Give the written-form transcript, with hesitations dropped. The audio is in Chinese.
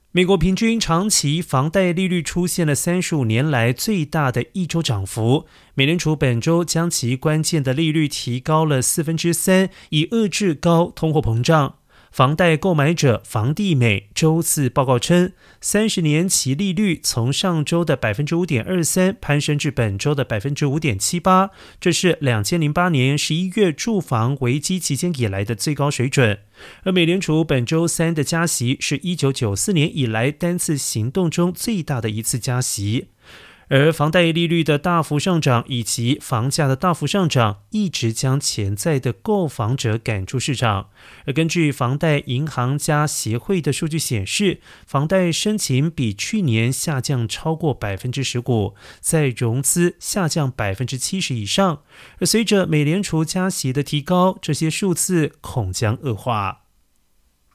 美国平均长期房贷利率出现了35年来最大的一周涨幅，美联储本周将其关键的利率提高了3%，以遏制高通货膨胀。房贷购买者房地美周四报告称，30年期利率从上周的 5.23% 攀升至本周的 5.78%， 这是2008年11月住房危机期间以来的最高水准。而美联储本周三的加息是1994年以来单次行动中最大的一次加息。而房贷利率的大幅上涨以及房价的大幅上涨，一直将潜在的购房者赶出市场。而根据房贷银行家协会的数据显示，房贷申请比去年下降超过 15%， 再融资下降 70% 以上。而随着美联储加息的提高，这些数字恐将恶化。